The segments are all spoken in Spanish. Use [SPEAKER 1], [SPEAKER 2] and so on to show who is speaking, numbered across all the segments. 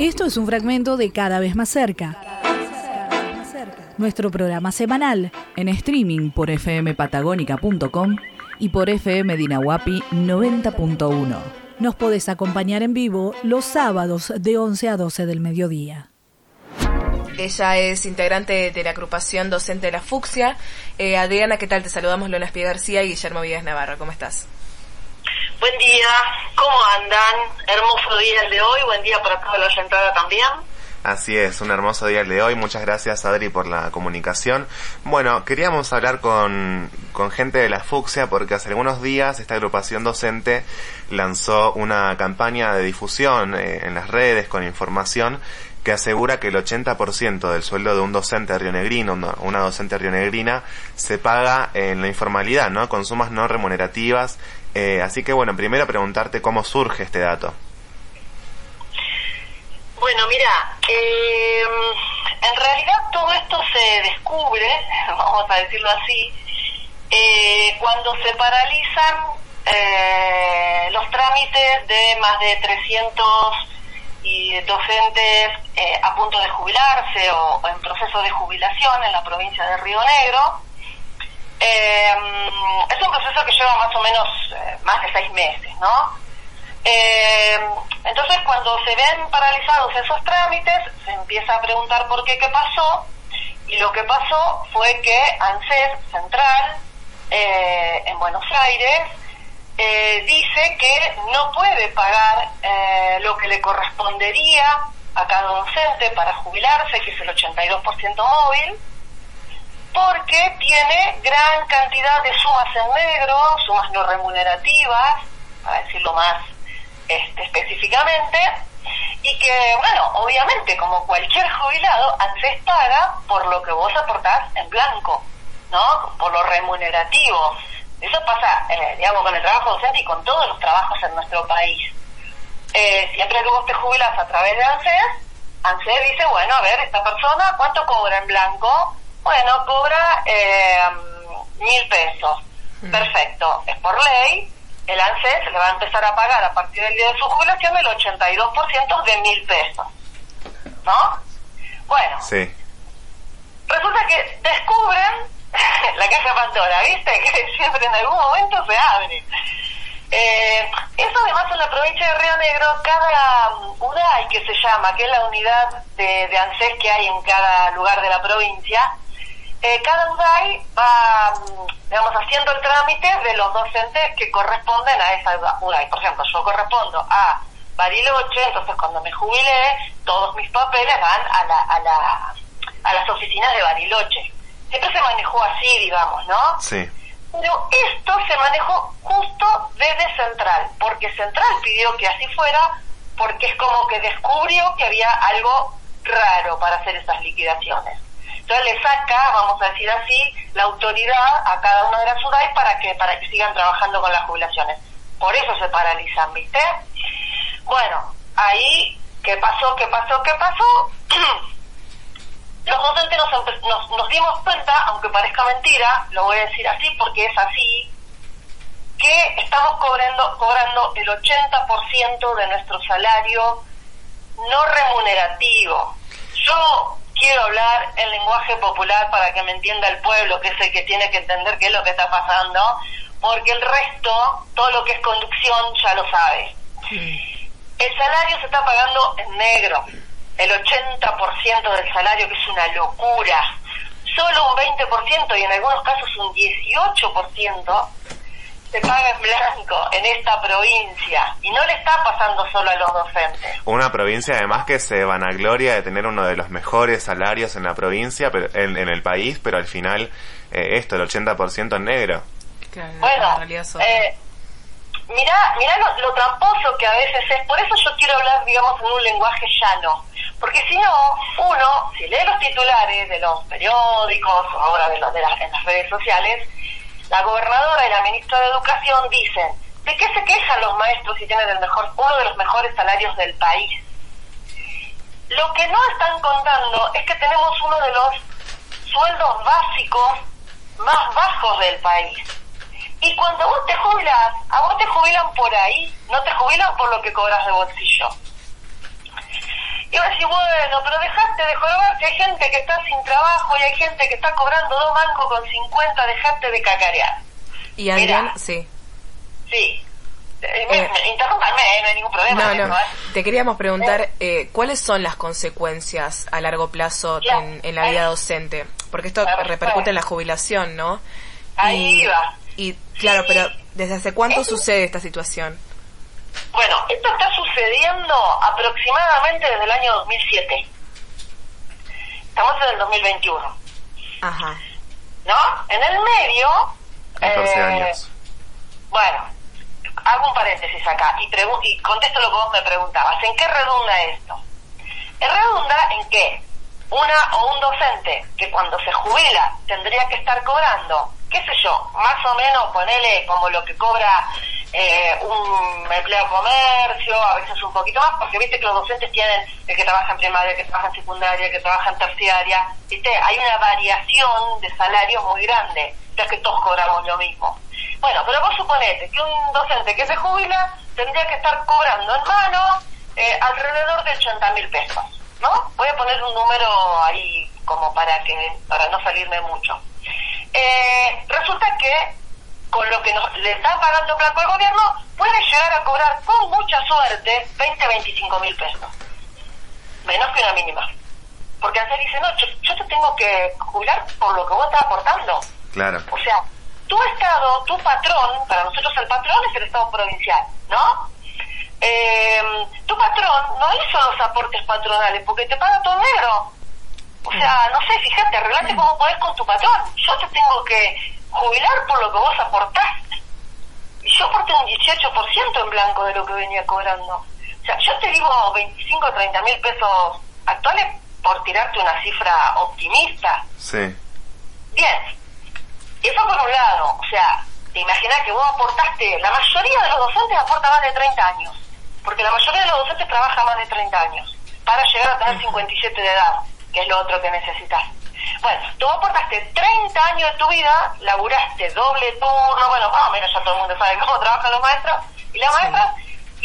[SPEAKER 1] Esto es un fragmento de Cada vez más cerca. Nuestro programa semanal en streaming por fmpatagónica.com y por FM Dinahuapi 90.1. Nos podés acompañar en vivo los sábados de 11 a 12 del mediodía.
[SPEAKER 2] Ella es integrante de la agrupación docente de la Fucsia. Adriana, ¿qué tal? Te saludamos Lola Espí García y Guillermo Víguez Navarro. ¿Cómo estás?
[SPEAKER 3] Buen día, ¿cómo andan? Hermoso día el de hoy, buen día para toda la sentada también.
[SPEAKER 4] Así es, un hermoso día el de hoy. Muchas gracias, Adri, por la comunicación. Bueno, queríamos hablar con gente de la Fucsia porque hace algunos días esta agrupación docente lanzó una campaña de difusión en las redes con información que asegura que el 80% del sueldo de un docente rionegrino, una docente rionegrina, se paga en la informalidad, ¿no? Con sumas no remunerativas. Así que, bueno, primero preguntarte cómo surge este dato.
[SPEAKER 3] Bueno, mira, en realidad todo esto se descubre, vamos a decirlo así, cuando se paralizan los trámites de más de 300 y docentes a punto de jubilarse o en proceso de jubilación en la provincia de Río Negro. Es un proceso que lleva más o menos más de 6 meses, ¿no? Entonces, cuando se ven paralizados esos trámites, se empieza a preguntar por qué pasó, y lo que pasó fue que ANSES Central, en Buenos Aires, dice que no puede pagar lo que le correspondería a cada docente para jubilarse, que es el 82% móvil, porque tiene gran cantidad de sumas en negro, sumas no remunerativas, para decirlo más específicamente, y que, bueno, obviamente, como cualquier jubilado, ANSES paga por lo que vos aportás en blanco, ¿no? Por lo remunerativo. Eso pasa, digamos, con el trabajo docente y con todos los trabajos en nuestro país. Siempre que vos te jubilás a través de ANSES dice, bueno, a ver, esta persona, ¿cuánto cobra en blanco? Bueno, cobra 1.000 pesos. Perfecto, es por ley. El ANSES le va a empezar a pagar a partir del día de su jubilación el 82% de 1.000 pesos, ¿no? Bueno, sí. Resulta que descubren la caja Pandora, ¿viste? Que siempre en algún momento se abre. Eso además en la provincia de Río Negro, cada UDAI que se llama, que es la unidad de ANSES que hay en cada lugar de la provincia, cada UDAI va, digamos, haciendo el trámite de los docentes que corresponden a esa UDAI. Por ejemplo, yo correspondo a Bariloche, entonces cuando me jubilé, todos mis papeles van a las oficinas de Bariloche. Siempre se manejó así, digamos, ¿no? Sí. Pero esto se manejó justo desde Central, porque Central pidió que así fuera, porque es como que descubrió que había algo raro para hacer esas liquidaciones. Entonces le saca, vamos a decir así, la autoridad a cada una de las UDAI para que sigan trabajando con las jubilaciones. Por eso se paralizan, ¿viste? Bueno, ahí, ¿qué pasó? Los docentes nos dimos cuenta, aunque parezca mentira, lo voy a decir así porque es así, que estamos cobrando el 80% de nuestro salario no remunerativo. Yo quiero hablar en lenguaje popular para que me entienda el pueblo, que es el que tiene que entender qué es lo que está pasando, porque el resto, todo lo que es conducción, ya lo sabe. El salario se está pagando en negro, el 80% del salario, que es una locura. Solo un 20% y en algunos casos un 18% se paga en blanco en esta provincia, y no le está pasando solo a los docentes.
[SPEAKER 4] Una provincia además que se vanagloria de tener uno de los mejores salarios en la provincia, pero en el país, pero al final el 80% en negro.
[SPEAKER 2] Claro,
[SPEAKER 3] bueno, mirá lo tramposo que a veces es. Por eso yo quiero hablar, digamos, en un lenguaje llano, porque si no, uno, si lee los titulares de los periódicos o ahora en las redes sociales, la gobernadora y la ministra de Educación dicen, ¿de qué se quejan los maestros si tienen uno de los mejores salarios del país? Lo que no están contando es que tenemos uno de los sueldos básicos más bajos del país. Y cuando vos te jubilás, a vos te jubilan por ahí, no te jubilan por lo que cobras de bolsillo. Y va a decir, bueno, pero dejaste de jorobar, que hay gente que está sin trabajo y hay gente que está cobrando 2 mangos con 50, dejaste de cacarear.
[SPEAKER 2] Y Adrián,
[SPEAKER 3] Mirá,
[SPEAKER 2] sí.
[SPEAKER 3] Sí. Interrúmpanme, no hay ningún problema.
[SPEAKER 2] No. Te queríamos preguntar, ¿cuáles son las consecuencias a largo plazo en la vida docente? Porque esto repercute en la jubilación, ¿no?
[SPEAKER 3] Ahí va.
[SPEAKER 2] Y claro, pero ¿desde hace cuánto sucede esta situación?
[SPEAKER 3] Bueno, esto está sucediendo aproximadamente desde el año 2007. Estamos en el 2021.
[SPEAKER 2] Ajá.
[SPEAKER 3] ¿No? En el medio...
[SPEAKER 4] 14 años.
[SPEAKER 3] Bueno, hago un paréntesis acá y contesto lo que vos me preguntabas. ¿En qué redunda esto? Redunda en que una o un docente que cuando se jubila tendría que estar cobrando, qué sé yo, más o menos ponele como lo que cobra un empleado de comercio, a veces un poquito más, porque viste que los docentes tienen el que trabaja en primaria, el que trabaja en secundaria, el que trabaja en terciaria, viste, hay una variación de salarios muy grande, ya que todos cobramos lo mismo. Bueno, pero vos suponete que un docente que se jubila tendría que estar cobrando en mano alrededor de 80.000 pesos, ¿no? Voy a poner un número ahí como para no salirme mucho. Resulta que con lo que le están pagando blanco al gobierno, puede llegar a cobrar con mucha suerte 20-25.000 pesos. Menos que una mínima. Porque ANSES dice, no, yo te tengo que jubilar por lo que vos estás aportando.
[SPEAKER 4] Claro.
[SPEAKER 3] O sea, tu Estado, tu patrón, para nosotros el patrón es el Estado provincial, ¿no? Tu patrón no hizo los aportes patronales porque te paga todo negro. O sea, no sé, fíjate, arreglate cómo podés con tu patrón. Yo te tengo que jubilar por lo que vos aportaste. Y yo aporté un 18% en blanco de lo que venía cobrando. O sea, yo te digo 25 o 30.000 pesos actuales por tirarte una cifra optimista.
[SPEAKER 4] Sí.
[SPEAKER 3] Bien. Eso por un lado. O sea, te imaginas que vos aportaste, la mayoría de los docentes aporta más de 30 años. Porque la mayoría de los docentes trabaja más de 30 años. Para llegar a tener 57 de edad, que es lo otro que necesitas. Bueno, tú aportaste 30 años de tu vida, laburaste doble turno, bueno, más o menos ya todo el mundo sabe cómo trabajan los maestros y las maestras,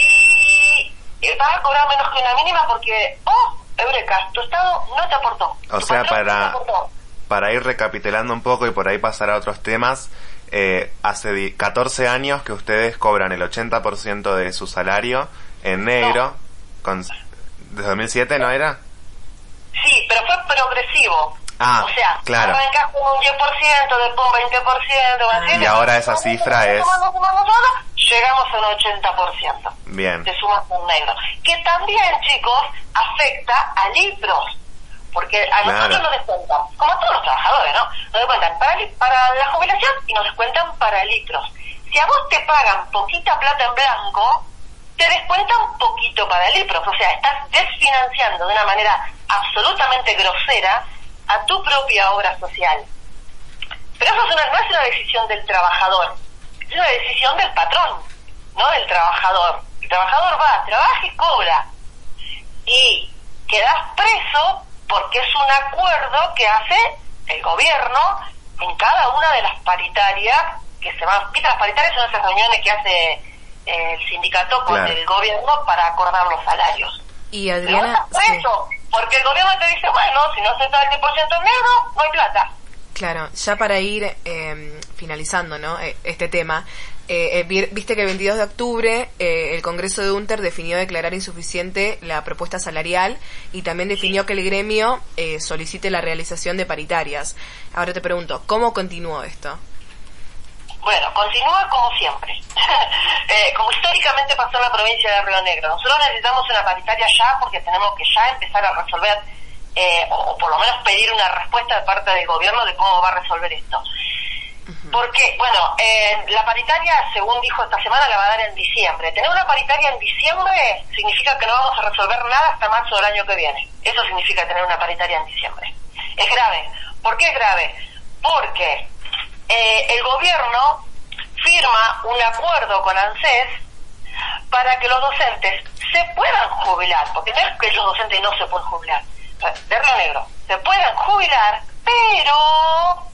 [SPEAKER 3] y vas a cobrar menos que una mínima porque, eureka, tu Estado no te aportó.
[SPEAKER 4] O sea, para ir recapitulando un poco y por ahí pasar a otros temas, hace 14 años que ustedes cobran el 80% de su salario en negro, ¿desde 2007 no era?
[SPEAKER 3] Sí, pero fue progresivo. O sea,
[SPEAKER 4] claro.
[SPEAKER 3] Arrancás con un 10%, después un 20%,
[SPEAKER 4] y ahora esa cifra es...
[SPEAKER 3] Llegamos a un 80%.
[SPEAKER 4] Bien.
[SPEAKER 3] Te sumas un negro. Que también, chicos, afecta a litros. Porque a nosotros nos descuentan, como a todos los trabajadores, ¿no? Nos descuentan para la jubilación y nos descuentan para litros. Si a vos te pagan poquita plata en blanco, te descuentan poquito para litros. O sea, estás desfinanciando de una manera absolutamente grosera a tu propia obra social. Pero eso no es una decisión del trabajador, es una decisión del patrón, no del trabajador. El trabajador va, trabaja y cobra. Y quedás preso porque es un acuerdo que hace el gobierno en cada una de las paritarias que se van. ¿Viste? Las paritarias son esas reuniones que hace el sindicato con el gobierno para acordar los salarios.
[SPEAKER 2] Y Adriana,
[SPEAKER 3] porque el gobierno te dice, bueno, si no se está el 10% en negro, no hay plata.
[SPEAKER 2] Claro, ya para ir finalizando, ¿no? Este tema, viste que el 22 de octubre el Congreso de UNTER definió declarar insuficiente la propuesta salarial y también definió que el gremio solicite la realización de paritarias. Ahora te pregunto, ¿cómo continuó esto?
[SPEAKER 3] Bueno, continúa como siempre. Como históricamente pasó en la provincia de Río Negro. Nosotros necesitamos una paritaria ya porque tenemos que ya empezar a resolver, o por lo menos pedir una respuesta de parte del gobierno de cómo va a resolver esto. Porque, bueno, la paritaria, según dijo esta semana, la va a dar en diciembre. Tener una paritaria en diciembre significa que no vamos a resolver nada hasta marzo del año que viene. Eso significa tener una paritaria en diciembre. Es grave. ¿Por qué es grave? Porque el gobierno firma un acuerdo con ANSES para que los docentes se puedan jubilar, porque no es que los docentes no se pueden jubilar, de Río Negro, se puedan jubilar, pero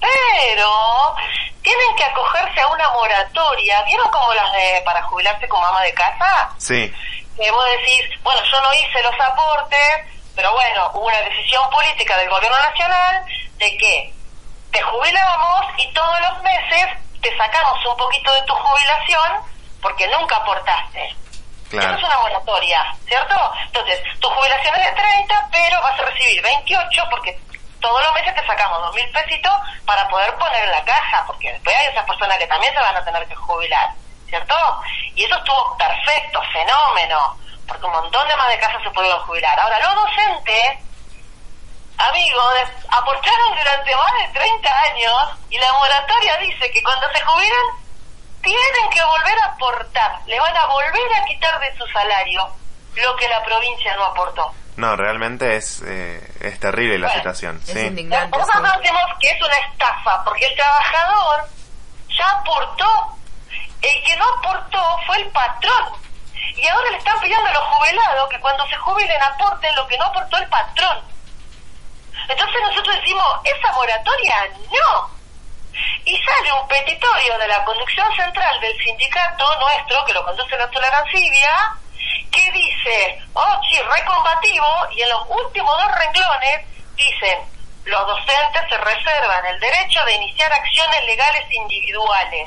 [SPEAKER 3] tienen que acogerse a una moratoria. ¿Vieron como las de para jubilarse como ama de casa?
[SPEAKER 4] Sí.
[SPEAKER 3] Que vos decís, bueno, yo no hice los aportes Pero bueno, hubo una decisión política del gobierno nacional de que te jubilamos y todos los meses te sacamos un poquito de tu jubilación porque nunca aportaste. Claro. Eso es una moratoria, ¿cierto? Entonces, tu jubilación es de 30, pero vas a recibir 28 porque todos los meses te sacamos 2.000 pesitos para poder poner en la caja, porque después hay esas personas que también se van a tener que jubilar, ¿cierto? Y eso estuvo perfecto, fenómeno, porque un montón de más de casas se pudieron jubilar. Ahora, los docentes, amigos, aportaron durante más de 30 años y la moratoria dice que cuando se jubilan tienen que volver a aportar, le van a volver a quitar de su salario lo que la provincia no aportó.
[SPEAKER 4] No, realmente es terrible la situación.
[SPEAKER 2] Es
[SPEAKER 4] sí.
[SPEAKER 2] indignante.
[SPEAKER 3] Nosotros decimos que es una estafa, porque el trabajador ya aportó. El que no aportó fue el patrón. Y ahora le están pidiendo a los jubilados que cuando se jubilen aporten lo que no aportó el patrón. Entonces nosotros decimos, esa moratoria no. Y sale un petitorio de la conducción central del sindicato nuestro, que lo conduce la Solar Ansibia, que dice, recombativo, y en los últimos 2 renglones dicen, los docentes se reservan el derecho de iniciar acciones legales individuales.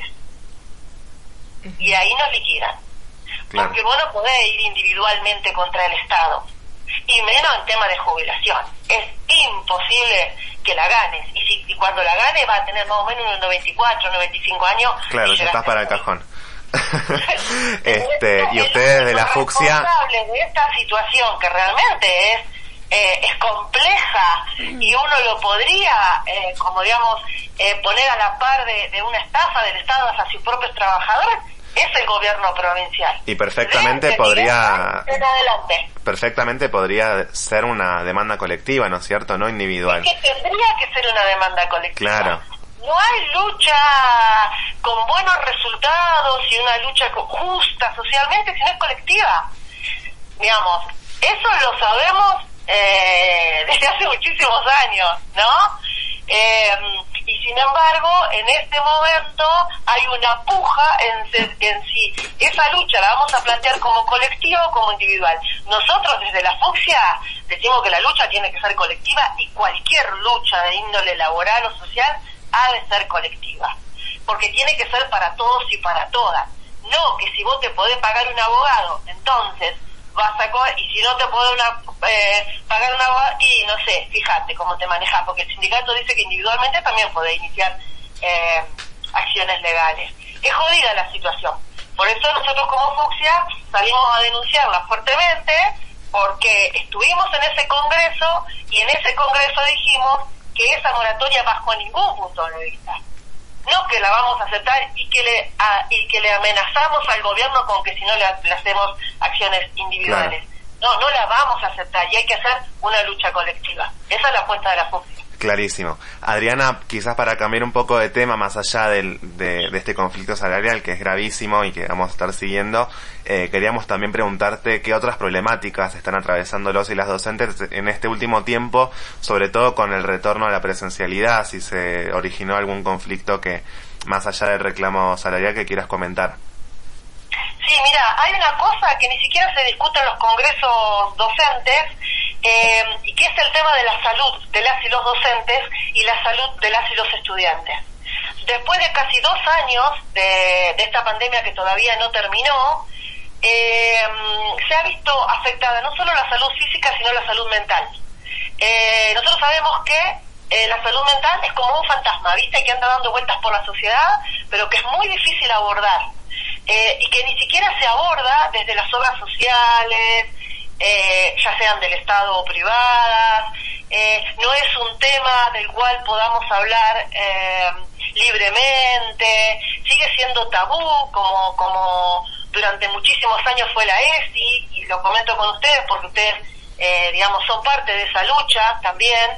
[SPEAKER 3] Y ahí nos liquidan. Claro. Porque vos no podés ir individualmente contra el Estado. Y menos en tema de jubilación. Es imposible que la ganes. Y cuando la ganes va a tener más o menos unos 94, 95 años.
[SPEAKER 4] Claro, ya estás para el cajón. Y ustedes de la Fucsia,
[SPEAKER 3] responsables de esta situación que realmente es compleja y uno lo podría como digamos poner a la par de una estafa del Estado hacia sus propios trabajadores, es el gobierno provincial.
[SPEAKER 4] Y perfectamente podría ser una demanda colectiva, ¿no es cierto? No individual.
[SPEAKER 3] Es que tendría que ser una demanda colectiva.
[SPEAKER 4] Claro.
[SPEAKER 3] No hay lucha con buenos resultados y una lucha justa socialmente, sino es colectiva. Digamos, eso lo sabemos desde hace muchísimos años, ¿no? Y sin embargo, en este momento hay una puja en si esa lucha la vamos a plantear como colectiva o como individual. Nosotros desde la Fucsia decimos que la lucha tiene que ser colectiva y cualquier lucha de índole laboral o social ha de ser colectiva, porque tiene que ser para todos y para todas. No que si vos te podés pagar un abogado, entonces vas a y si no te podés pagar un abogado, y no sé, fíjate cómo te manejas, porque el sindicato dice que individualmente también podés iniciar acciones legales. Es jodida la situación. Por eso nosotros como Fucsia salimos a denunciarla fuertemente, porque estuvimos en ese congreso y en ese congreso dijimos que esa moratoria bajo ningún punto de vista, no que la vamos a aceptar y que le amenazamos al gobierno con que si no le hacemos acciones individuales. Claro. No la vamos a aceptar y hay que hacer una lucha colectiva. Esa es la apuesta de la Fucsia.
[SPEAKER 4] Clarísimo. Adriana, quizás para cambiar un poco de tema, más allá de este conflicto salarial que es gravísimo y que vamos a estar siguiendo, queríamos también preguntarte qué otras problemáticas están atravesando los y las docentes en este último tiempo, sobre todo con el retorno a la presencialidad, si se originó algún conflicto que, más allá del reclamo salarial, que quieras comentar.
[SPEAKER 3] Sí, mira, hay una cosa que ni siquiera se discute en los congresos docentes, y que es el tema de la salud de las y los docentes y la salud de las y los estudiantes. Después de casi 2 años de esta pandemia que todavía no terminó, se ha visto afectada no solo la salud física, sino la salud mental. Nosotros sabemos que la salud mental es como un fantasma, ¿viste? Que anda dando vueltas por la sociedad, pero que es muy difícil abordar. Y que ni siquiera se aborda desde las obras sociales, ya sean del Estado o privadas. No es un tema del cual podamos hablar libremente, sigue siendo tabú como durante muchísimos años fue la ESI, y lo comento con ustedes porque ustedes digamos son parte de esa lucha también,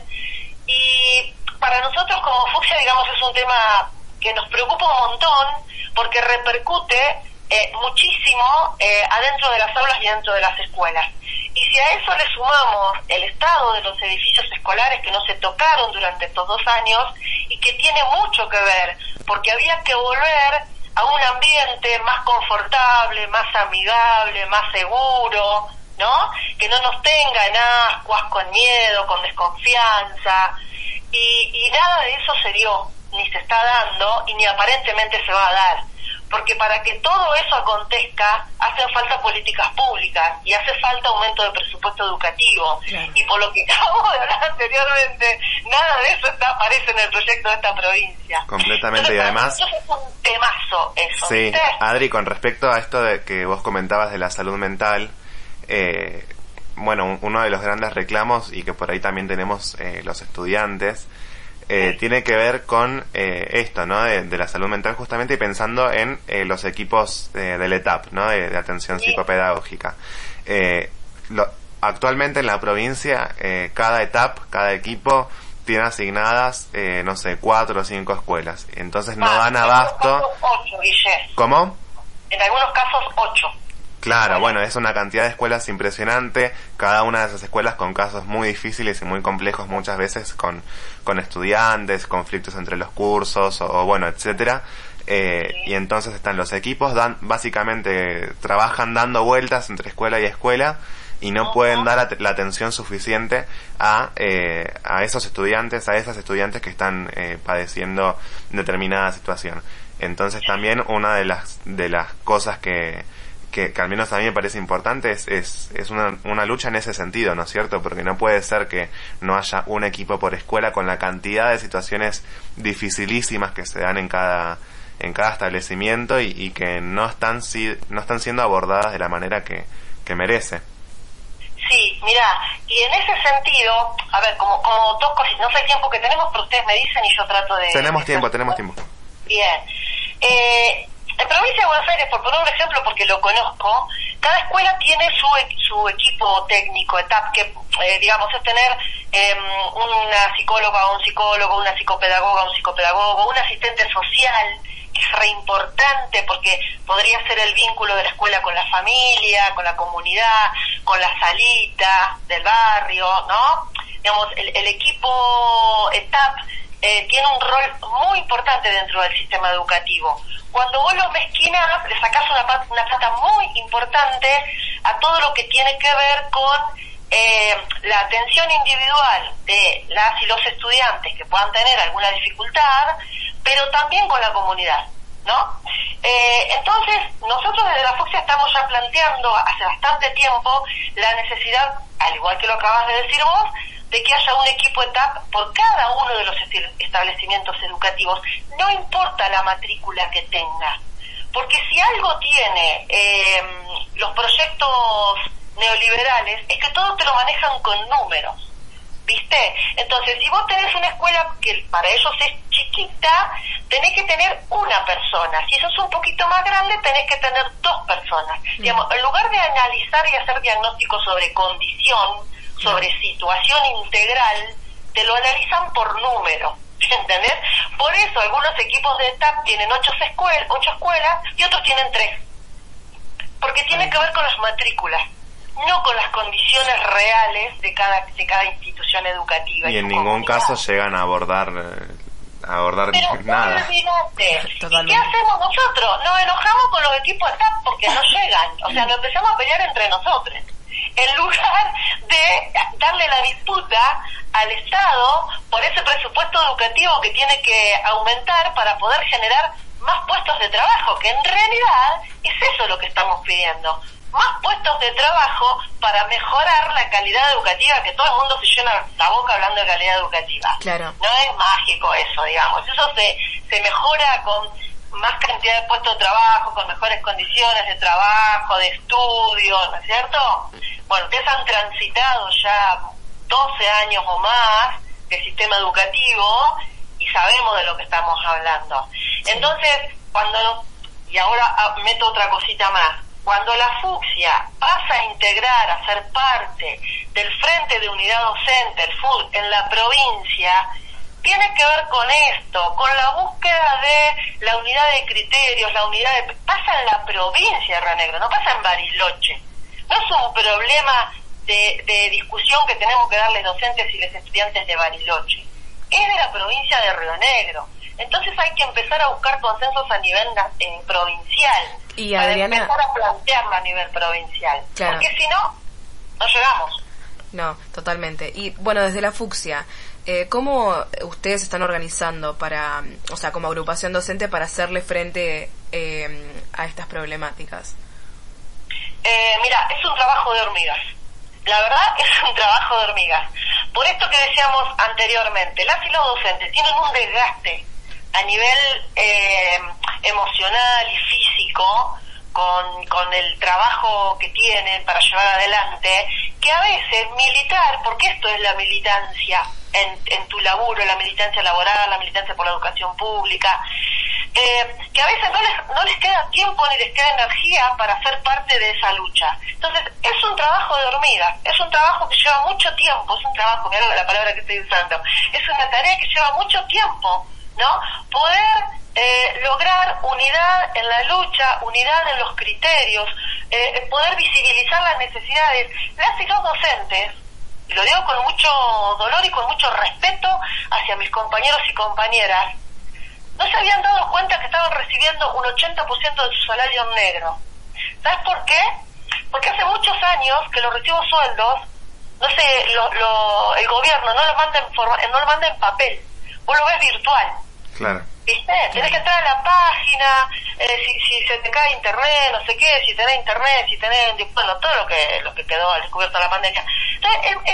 [SPEAKER 3] y para nosotros como Fucsia digamos es un tema que nos preocupa un montón porque repercute muchísimo adentro de las aulas y adentro de las escuelas. Y si a eso le sumamos el estado de los edificios escolares que no se tocaron durante estos 2 años y que tiene mucho que ver, porque había que volver a un ambiente más confortable, más amigable, más seguro, ¿no? Que no nos tenga en ascuas, con miedo, con desconfianza, y nada de eso se dio, ni se está dando, y ni aparentemente se va a dar. Porque para que todo eso acontezca, hacen falta políticas públicas y hace falta aumento de presupuesto educativo. Claro. Y por lo que acabo de hablar anteriormente, nada de eso aparece en el proyecto de esta provincia.
[SPEAKER 4] Completamente. Entonces, y además...
[SPEAKER 3] es un temazo eso.
[SPEAKER 4] Sí,
[SPEAKER 3] ¿viste?
[SPEAKER 4] Adri, con respecto a esto de que vos comentabas de la salud mental, bueno, uno de los grandes reclamos, y que por ahí también tenemos los estudiantes, tiene que ver con esto, ¿no? De la salud mental, justamente, y pensando en los equipos del ETAP, ¿no? De atención psicopedagógica. Actualmente en la provincia, cada ETAP, cada equipo, tiene asignadas, no sé, 4 o 5 escuelas. Entonces no dan abasto.
[SPEAKER 3] En algunos casos 8, Guille.
[SPEAKER 4] ¿Cómo?
[SPEAKER 3] En algunos casos 8.
[SPEAKER 4] Claro, bueno, es una cantidad de escuelas impresionante, cada una de esas escuelas con casos muy difíciles y muy complejos, muchas veces con estudiantes, conflictos entre los cursos o bueno, etcétera. Y entonces están los equipos, básicamente trabajan dando vueltas entre escuela y escuela y no pueden dar la atención suficiente a esos estudiantes, a esas estudiantes que están padeciendo determinada situación. Entonces también una de las cosas que al menos a mí me parece importante es una lucha en ese sentido, ¿no es cierto? Porque no puede ser que no haya un equipo por escuela con la cantidad de situaciones dificilísimas que se dan en cada establecimiento y que no están siendo abordadas de la manera que merece.
[SPEAKER 3] Sí, mira, y en ese sentido, a ver, como dos cositas, no sé el tiempo que tenemos, pero ustedes me dicen y yo trato de...
[SPEAKER 4] Tenemos tiempo.
[SPEAKER 3] Bien. En provincia de Buenos Aires, por poner un ejemplo, porque lo conozco, cada escuela tiene su equipo técnico, ETAP, que digamos es tener una psicóloga o un psicólogo, una psicopedagoga o un psicopedagogo, un asistente social, que es re importante porque podría ser el vínculo de la escuela con la familia, con la comunidad, con la salita del barrio, ¿no? Digamos, el equipo ETAP tiene un rol muy importante dentro del sistema educativo. Cuando vos lo mezquinás, le sacás una plata muy importante a todo lo que tiene que ver con la atención individual de las y los estudiantes que puedan tener alguna dificultad, pero también con la comunidad, ¿no? Entonces, nosotros desde la FUCSIA estamos ya planteando hace bastante tiempo la necesidad, al igual que lo acabas de decir vos, de que haya un equipo ETAP por cada uno de los establecimientos educativos, no importa la matrícula que tenga, porque si algo tiene los proyectos neoliberales es que todo te lo manejan con números, ¿viste? Entonces, si vos tenés una escuela que para ellos es chiquita, tenés que tener una persona. Si eso es un poquito más grande, tenés que tener 2 personas. Digamos, en lugar de analizar y hacer diagnósticos sobre condición, sobre situación integral, te lo analizan por número, ¿entendés? Por eso algunos equipos de ETAP tienen 8 escuelas y otros tienen 3. Porque tiene que ver con las matrículas, no con las condiciones reales de cada institución educativa.
[SPEAKER 4] Y en ningún caso llegan a abordar
[SPEAKER 3] pero
[SPEAKER 4] nada.
[SPEAKER 3] Olvídate. ¿Y qué hacemos nosotros? Nos enojamos con los equipos ETAP porque no llegan. O sea, nos empezamos a pelear entre nosotros. En lugar de darle la disputa al Estado por ese presupuesto educativo que tiene que aumentar para poder generar más puestos de trabajo, que en realidad es eso lo que estamos pidiendo. Más puestos de trabajo para mejorar la calidad educativa, que todo el mundo se llena la boca hablando de calidad educativa.
[SPEAKER 2] Claro.
[SPEAKER 3] No es mágico eso, digamos. Eso se mejora con más cantidad de puestos de trabajo, con mejores condiciones de trabajo, de estudio, ¿no es cierto? Bueno, ustedes han transitado ya 12 años o más de sistema educativo y sabemos de lo que estamos hablando. Sí. Entonces, y ahora meto otra cosita más, cuando la FUCSIA pasa a integrar, a ser parte del Frente de Unidad Docente, el FUD, en la provincia, tiene que ver con esto, con la búsqueda de la unidad de criterios, pasa en la provincia de Río Negro, no pasa en Bariloche. No es un problema de discusión que tenemos que darles docentes y los estudiantes de Bariloche. Es de la provincia de Río Negro. Entonces hay que empezar a buscar consensos a nivel provincial.
[SPEAKER 2] Y Adriana,
[SPEAKER 3] para empezar a plantearlo a nivel provincial.
[SPEAKER 2] Claro.
[SPEAKER 3] Porque si no, no llegamos.
[SPEAKER 2] No, totalmente. Y bueno, desde la Fucsia, ¿cómo ustedes están organizando para, o sea, como agrupación docente para hacerle frente a estas problemáticas?
[SPEAKER 3] Mira, es un trabajo de hormigas. La verdad es un trabajo de hormigas. Por esto que decíamos anteriormente, las y los docentes tienen un desgaste a nivel emocional y físico con el trabajo que tienen para llevar adelante, que a veces militar, porque esto es la militancia en tu laburo, la militancia laboral, la militancia por la educación pública, que a veces no les queda tiempo ni les queda energía para ser parte de esa lucha. Entonces, es un trabajo de hormigas, es un trabajo que lleva mucho tiempo, es un trabajo, mirá la palabra que estoy usando, es una tarea que lleva mucho tiempo, ¿no? Poder lograr unidad en la lucha, unidad en los criterios, poder visibilizar las necesidades. Las y los docentes, y lo digo con mucho dolor y con mucho respeto hacia mis compañeros y compañeras, no se habían dado cuenta que estaban recibiendo un 80% de su salario en negro. ¿Sabes por qué? Porque hace muchos años que los recibos sueldos, no sé, el gobierno no lo manda en papel, vos lo ves virtual.
[SPEAKER 4] Claro.
[SPEAKER 3] ¿Viste? Tenés que entrar a la página, si se te cae internet, no sé qué, si tenés internet, si tenés, bueno, todo lo que quedó al descubierto de la pandemia. Entonces, es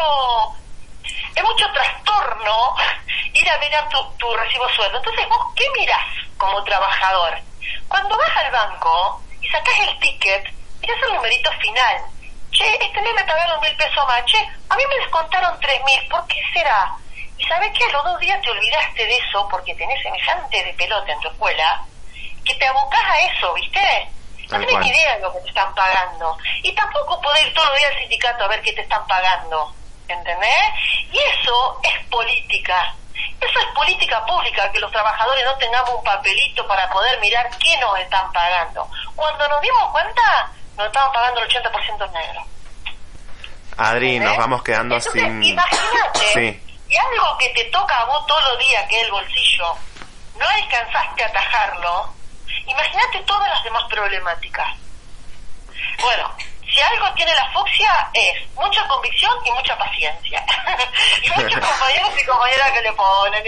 [SPEAKER 3] mucho trastorno ir a mirar tu recibo sueldo. Entonces, ¿vos qué mirás como trabajador? Cuando vas al banco y sacás el ticket, mirás el numerito final. Che, este mes me pagaron 1.000 pesos más. Che, a mí me descontaron 3.000. ¿Por qué será? Y sabés que a los 2 días te olvidaste de eso porque tenés semejante de pelota en tu escuela que te abocás a eso, ¿viste? No tenés ni idea de lo que te están pagando. Y tampoco podés ir todos los días al sindicato a ver qué te están pagando, ¿entendés? Y eso es política. Eso es política pública, que los trabajadores no tengamos un papelito para poder mirar qué nos están pagando. Cuando nos dimos cuenta, nos estaban pagando el 80% en negro.
[SPEAKER 4] Adri, nos vamos quedando
[SPEAKER 3] entonces,
[SPEAKER 4] sin...
[SPEAKER 3] Imagínate.
[SPEAKER 4] Sí.
[SPEAKER 3] Y algo que te toca a vos todos los días, que es el bolsillo, no alcanzaste a atajarlo, imagínate todas las demás problemáticas. Bueno, si algo tiene la Fucsia es mucha convicción y mucha paciencia. Y muchos compañeros y compañeras que le ponen,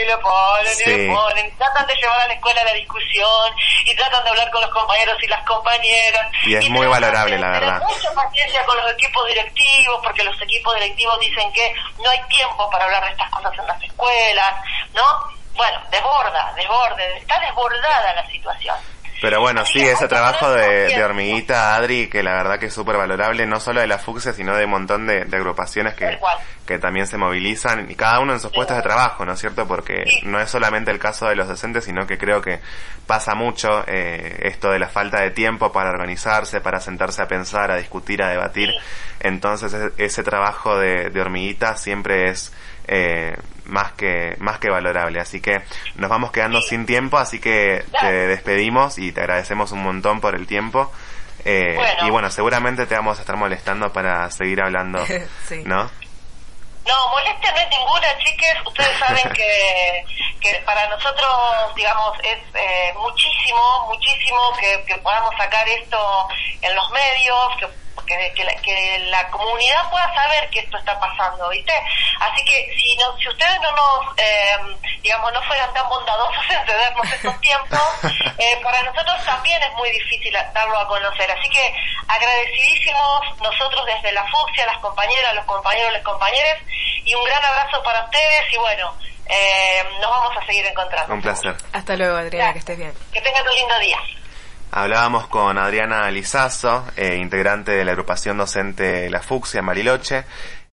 [SPEAKER 3] y tratan de llevar a la escuela la discusión, y tratan de hablar con los compañeros y las compañeras.
[SPEAKER 4] Y es muy valorable, la verdad.
[SPEAKER 3] Mucha paciencia con los equipos directivos, porque los equipos directivos dicen que no hay tiempo para hablar de estas cosas en las escuelas, ¿no? Bueno, está desbordada la situación.
[SPEAKER 4] Pero bueno, sí, ese trabajo de hormiguita, Adri, que la verdad que es súper valorable, no solo de la Fucsia, sino de un montón de agrupaciones que también se movilizan, y cada uno en sus puestos de trabajo, ¿no es cierto? Porque no es solamente el caso de los docentes, sino que creo que pasa mucho esto de la falta de tiempo para organizarse, para sentarse a pensar, a discutir, a debatir. Entonces ese trabajo de hormiguita siempre es más que valorable, así que nos vamos quedando sin tiempo, así que te despedimos y te agradecemos un montón por el tiempo, y bueno, seguramente te vamos a estar molestando para seguir hablando.
[SPEAKER 2] Sí.
[SPEAKER 4] ¿No?
[SPEAKER 3] No, molestia no es ninguna, chiques. Ustedes saben que para nosotros, digamos, es muchísimo que podamos sacar esto en los medios, que la comunidad pueda saber que esto está pasando, ¿viste? Así que si ustedes no nos, no fueran tan bondadosos en cedernos estos tiempos, para nosotros también es muy difícil darlo a conocer. Así que agradecidísimos nosotros desde la Fucsia, las compañeras, los compañeros, las compañeras, y un gran abrazo para ustedes, y bueno, nos vamos a seguir encontrando.
[SPEAKER 4] Un placer.
[SPEAKER 2] Hasta luego, Adriana, que estés bien.
[SPEAKER 3] Que tengan un lindo día.
[SPEAKER 4] Hablábamos con Adriana Lizazo, integrante de la agrupación docente La Fucsia en Bariloche.